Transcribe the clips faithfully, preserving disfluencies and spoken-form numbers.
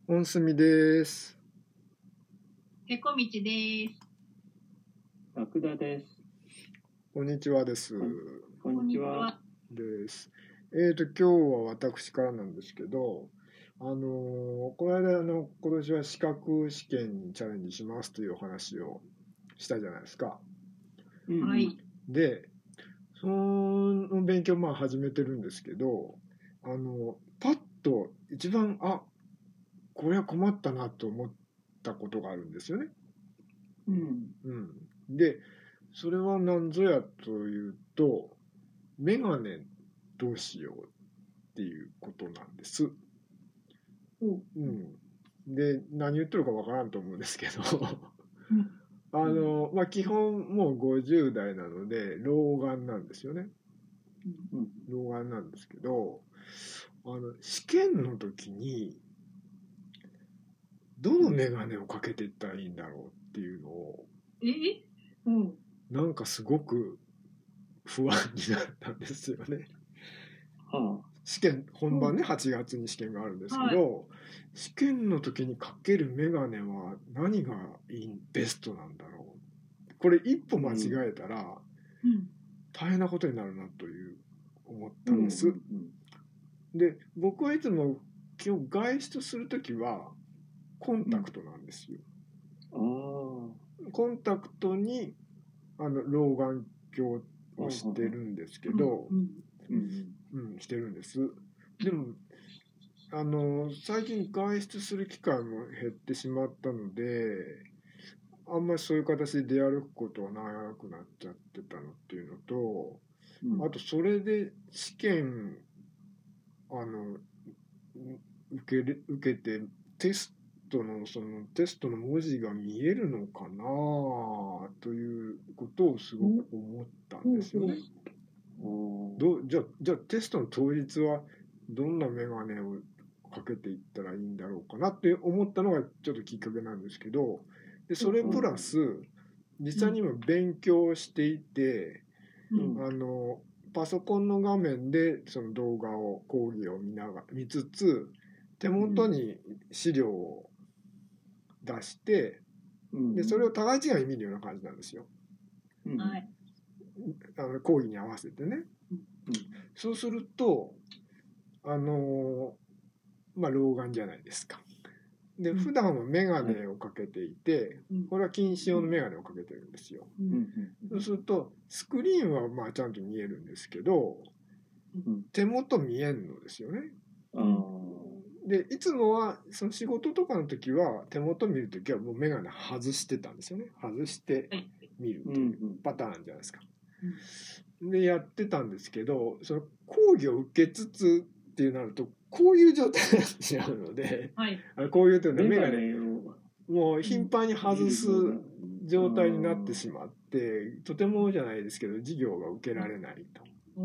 本住です。 けこみちです。 ラクダです。 こんにちはです。 こんにちは。 です。えーと、今日は私からなんですけど、あのー、この間、あの、今年は資格試験にチャレンジしますというお話をしたじゃないですか。 うん、はい。 で、その勉強まあ始めてるんですけど、あの、パッと一番、あ、これは困ったなと思ったことがあるんですよね。 うん。 うん。で、それは何ぞやというと、メガネどうしようっていうことなんです。 うん。 うん。で、何言ってるかわからんと思うんですけど、 うん、 あの、まあ、基本もうごじゅう代なので、老眼なんですよね。 うん。 老眼なんですけど、あの、試験の時に、どのメガネをかけていったらいいんだろうっていうのを、 えうん。 なんかすごく不安になったんですよね。 はあ、 試験、本番ね、はちがつに試験があるんですけど、はい、試験の時にかけるメガネは何がいい、ベストなんだろう。これ一歩間違えたら、大変なことになるなという思ったんです。うんうんうん、で、僕はいつも今日外出する時はコンタクトなんですよ。 うん、 コンタクトにあの老眼鏡をしてるんですけど、 うんうんうん、してるんです。でもあの最近外出する機会も減ってしまったので、あんまりそういう形で出歩くことはなくなっちゃってたのっていうのと、うん、あとそれで試験あの受けれ受けてテストのそのテストの文字が見えるのかなということをすごく思ったんですよね。どうじゃあじゃあテストの当日はどんなメガネをかけていったらいいんだろうかなって思ったのがちょっときっかけなんですけど、でそれプラス実際に今勉強していて、うん、あのパソコンの画面でその動画を講義を見ながら見つつ手元に資料を出して、でそれを互い違いに見るような感じなんですよ。 はい、 あの講義に合わせてね。そうするとあのまあ老眼じゃないですか。で普段はメガネをかけていて、これは近視用のメガネをかけてるんですよ。そうするとスクリーンはまあちゃんと見えるんですけど、手元見えんのですよね。でいつもはその仕事とかの時は手元見る時はもうメガネ外してたんですよね。外して見るというパターンじゃないですか。でやってたんですけど、その講義を受けつつっていうなるとこういう状態になってしまうので、 はい、 こういうというのはメガネをもう頻繁に外す状態になってしまって、とてもじゃないですけど授業が受けられないと。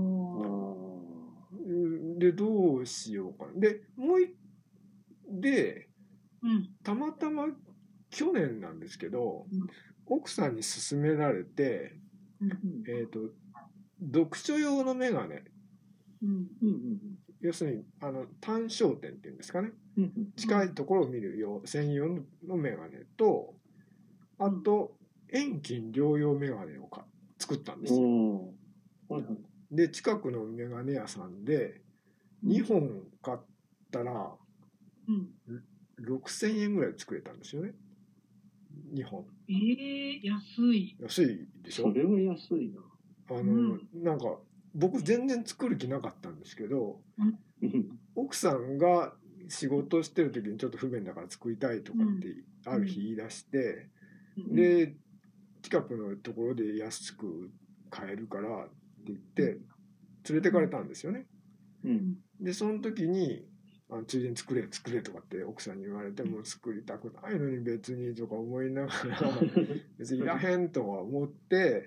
でどうしようかな。でもう一で、 うん、 たまたま去年なんですけど、うん、奥さんに勧められて、うんえーと、読書用のメガネ、うんうん、要するにあの単焦点っていうんですかね、うん、近いところを見る用専用のメガネと、あと遠近両用メガネをか作ったんですよ。で近くのメガネ屋さんでにほん買ったら、うん、ろくせんえんぐらいで作れたんですよね。にほん。 えー、安い。 安いでしょ。 それは安いな。 あの、うん、なんか僕全然作る気なかったんですけど、うん、奥さんが仕事してる時にちょっと不便だから作りたいとかってある日言い出して、うん、で近くのところで安く買えるからって言って連れてかれたんですよね。うん、でその時にあのついでに作れ作れとかって奥さんに言われても作りたくないのに別にとか思いながら別にいらへんとは思って、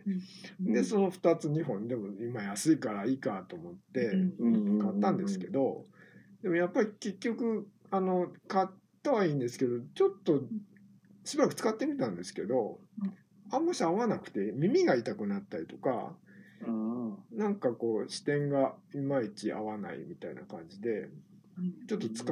でそのふたつにほんでも今安いからいいかと思って買ったんですけど、でもやっぱり結局あの買ったはいいんですけど、ちょっとしばらく使ってみたんですけどあんまし合わなくて耳が痛くなったりとか、なんかこう視点がいまいち合わないみたいな感じでちょっと使っ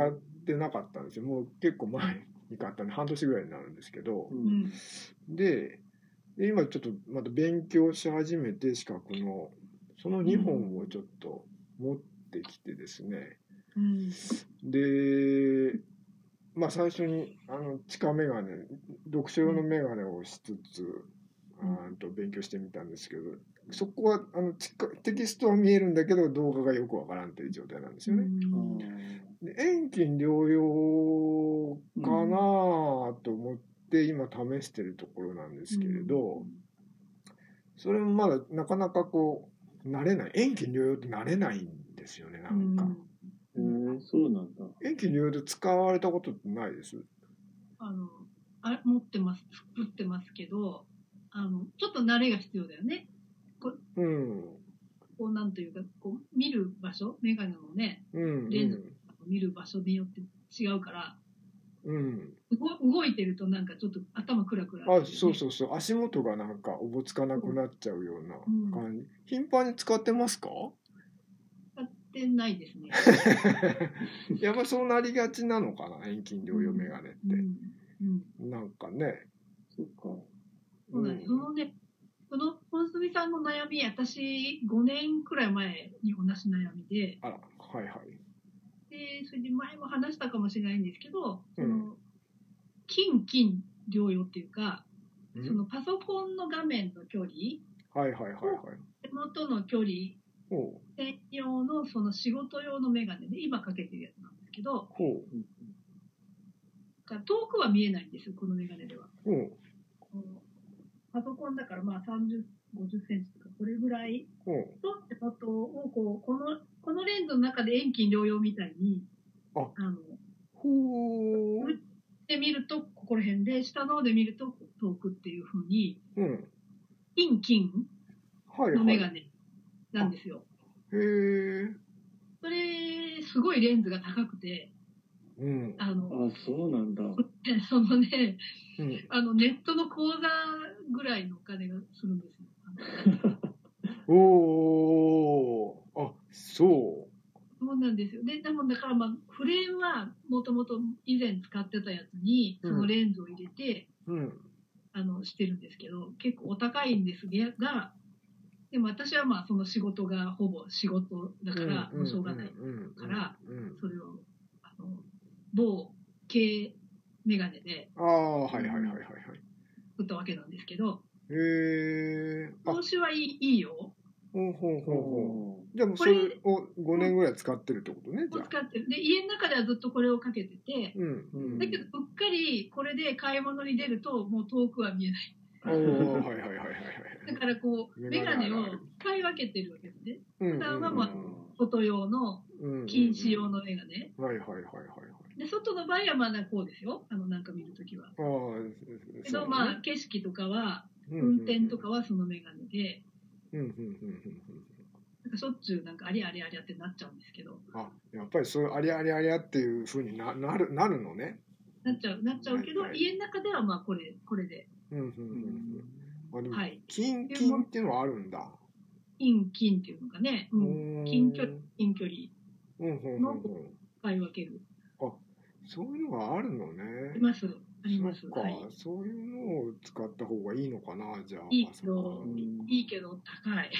ってなかったんですよ。もう結構前に買ったんで半年ぐらいになるんですけど、 ううんんでで今ちょっとまた勉強し始めて資格のそのにほんをちょっと持ってきてですね、 うんでまあ最初にあの地下メガネ読書用のメガネをしつつ、あーと勉強してみたんですけど、そこはあの地下テキストは見えるんだけど動画がよくわからんという状態なんですよね。で遠近療養かなと思って今試してるところなんですけれど、それもまだなかなかこう慣れない、遠近療養って慣れないんですよね。なんかえー、そうなんだ。 遠近療養で使われたことってないです？ あのあ持ってます作ってますけど、あのちょっと慣れが必要だよね。 うんこうなんというかこう見る場所、メガネのねうんレンズを見る場所によって違うから、 うん動動いてるとなんかちょっと頭クラクラするよあ、 ね、 そうそうそう、足元がなんかおぼつかなくなっちゃうような感じ。頻繁に使ってますか？ 使ってないですね。 やっぱりそうなりがちなのかな、遠近療養メガネって。 うんうん、 なんかね。 そっか。 そうなんです。そのね、その本住さんの悩み、私ごねんくらい前に同じ悩みで、 あら、はいはい。 でそれで前も話したかもしれないんですけど、そうんの近近療養っていうか、 うんそのパソコンの画面の距離、 はいはいはいはい。 手元の距離ほう専用のその仕事用のメガネで今かけてるやつなんですけど、 ほう遠くは見えないんですよ、このメガネでは。 ほうパソコンだからまあさんじゅう、ごじゅっセンチとかこれぐらいほうと手元をこうこのこのレンズの中で遠近療養みたいにあのほうで見るとここら辺で下の方で見ると遠くっていう風にうん近近はいはい。 のメガネなんですよ。 へえ。 それすごいレンズが高くて、 うんあのあ、そうなんだ。 そのねうんあのネットの講座ぐらいのお金がするんですよ。 おおあそそうなんですよ。で、でもだからまあフレームはもともと以前使ってたやつにそのレンズを入れて、 う。うんあのしてるんですけど、結構お高いんですが、でも私はまあその仕事がほぼ仕事だからもうしょうがないからそれをあの某軽メガネでああはいはいはいはいはい。 作ったわけなんですけど、 へえ。あ投資はいいいいよ。 ほうほうほうほおう。じゃあもうそれをごねんぐらい使ってるってことね、じゃあ。 使ってる。で、家の中ではずっとこれをかけてて、 うんうん。 だけどうっかりこれで買い物に出るともう遠くは見えない。 おおはいはいはいはいはい。 だからこうメガネを使い分けてるわけですね。普段はまあ外用の近視用のメガネ。 はいはいはいはいはい。 で外の場合はまだこうですよ。あのなんか見るときは。 ああ。 けどまあ景色とかは運転とかはそのメガネで、 うんうんうんうんなんかしょっちゅうなんかありゃありゃありゃってなっちゃうんですけど。 あ、やっぱりそういうありゃありゃありゃっていう風にななるなるのね。 なっちゃうなっちゃうけど、家の中ではまあこれこれで。 うんうんうんうん。あでもはい。 近近っていうのはあるんだ。 近近っていうのかね。うん。近距離近距離うんうんうんの使い分ける。 あ、そういうのがあるのね。 ありますあります。 そっか、 はい、 そういうのを使った方がいいのかな、じゃあ。 いいけどいいけど高い。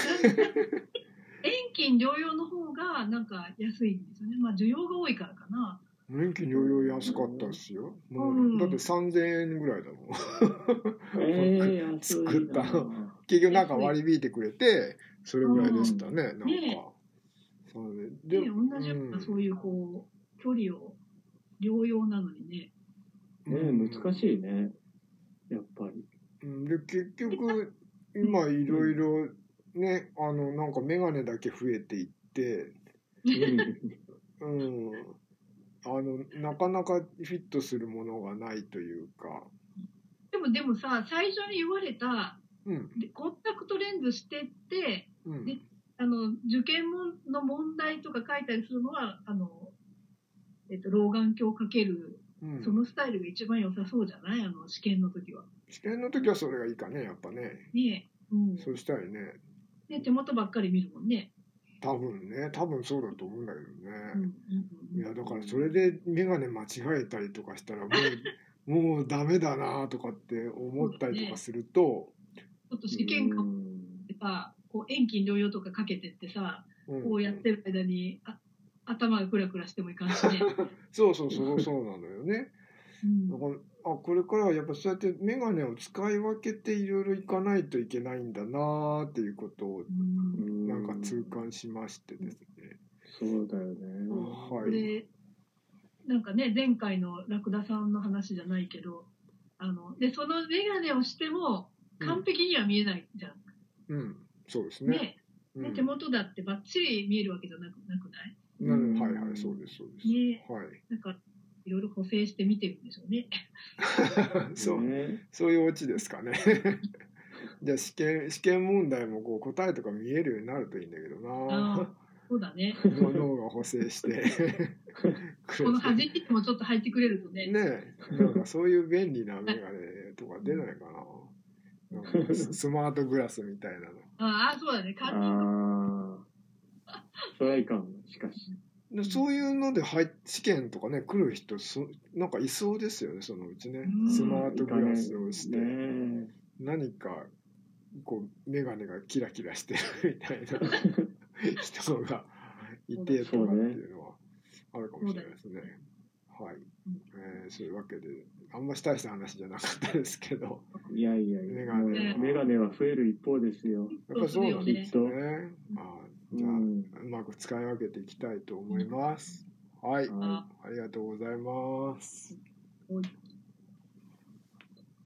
遠近療養の方がなんか安いんですよね。まあ需要が多いからかな。 遠近療養安かったですよ。もう、 うん、 だってさんぜんえんぐらいだもん。 えー、安いな。 作った結局なんか割り引いてくれてそれぐらいでしたね、なんか。 ねそうね。 で、ね、同じような、そういうこう距離を療養なのにね。 ね難しいね。やっぱり。 で結局今いろいろね、あのなんか眼鏡だけ増えていって、うん、あのなかなかフィットするものがないというか。 でもでもさ、最初に言われた、 うん、 でコンタクトレンズしてって、 うん、 であの受験の問題とか書いたりするのはあの、えっと、老眼鏡かける、うん、そのスタイルが一番良さそうじゃない？あの試験の時は。 試験の時はそれがいいかね、やっぱね。 ねえ、うん、 そうしたいね。 で手元ばっかり見るもんね。 多分ね、多分そうだと思うんだけどうんうね。 んうんいやだからそれで眼鏡間違えたりとかしたらもうもうダメだなとかって思ったりとかすると、 ちょっと試験官ってさ、こう遠近療養とかかけてってさ、 うんこうやってる間にあ頭がクラクラしてもいかんしね。 そうそうそうそうなのよね。 うんだからあこれからはやっぱそうやって眼鏡を使い分けていろいろいかないといけないんだなっていうことをうんなんか痛感しましてですね。 そうだよね。 そうはいでなんかね前回のラクダさんの話じゃないけど、あのでその眼鏡をしても完璧には見えないじゃん。 うん、うん、そうですね。 ねうんね手元だってバッチリ見えるわけじゃなくなくないなるはいはいそうですそうです。 ねはい。 なんかいろいろ補正して見てるんでしょうね。 そうね。 そういうオチですかね。じゃあ試験試験問題もこう答えとか見えるようになるといいんだけどあなあ。そうだね。 の脳が補正してこの端にもちょっと入ってくれるとね。 ねえなんかそういう便利なメガネとか出ないかな。なんかススマートグラスみたいなの。 ああそうだね。カンニングああ。それはいかんわしかし。 でそういうので入っ試験とかね来る人そなんかいそうですよねそのうちねうんスマートグラスをしてね何かこう眼鏡がキラキラしてるみたいな人がいてとかっていうのはあるかもしれないですね。はい、えー、そういうわけであんましたいした話じゃなかったですけどいやいやいや、 メガネもうメガネは増える一方ですよ。 やっぱそうなんですよきっね。あーじゃあ、 うんうまく使い分けていきたいと思います。はい、 はありがとうございます。 はい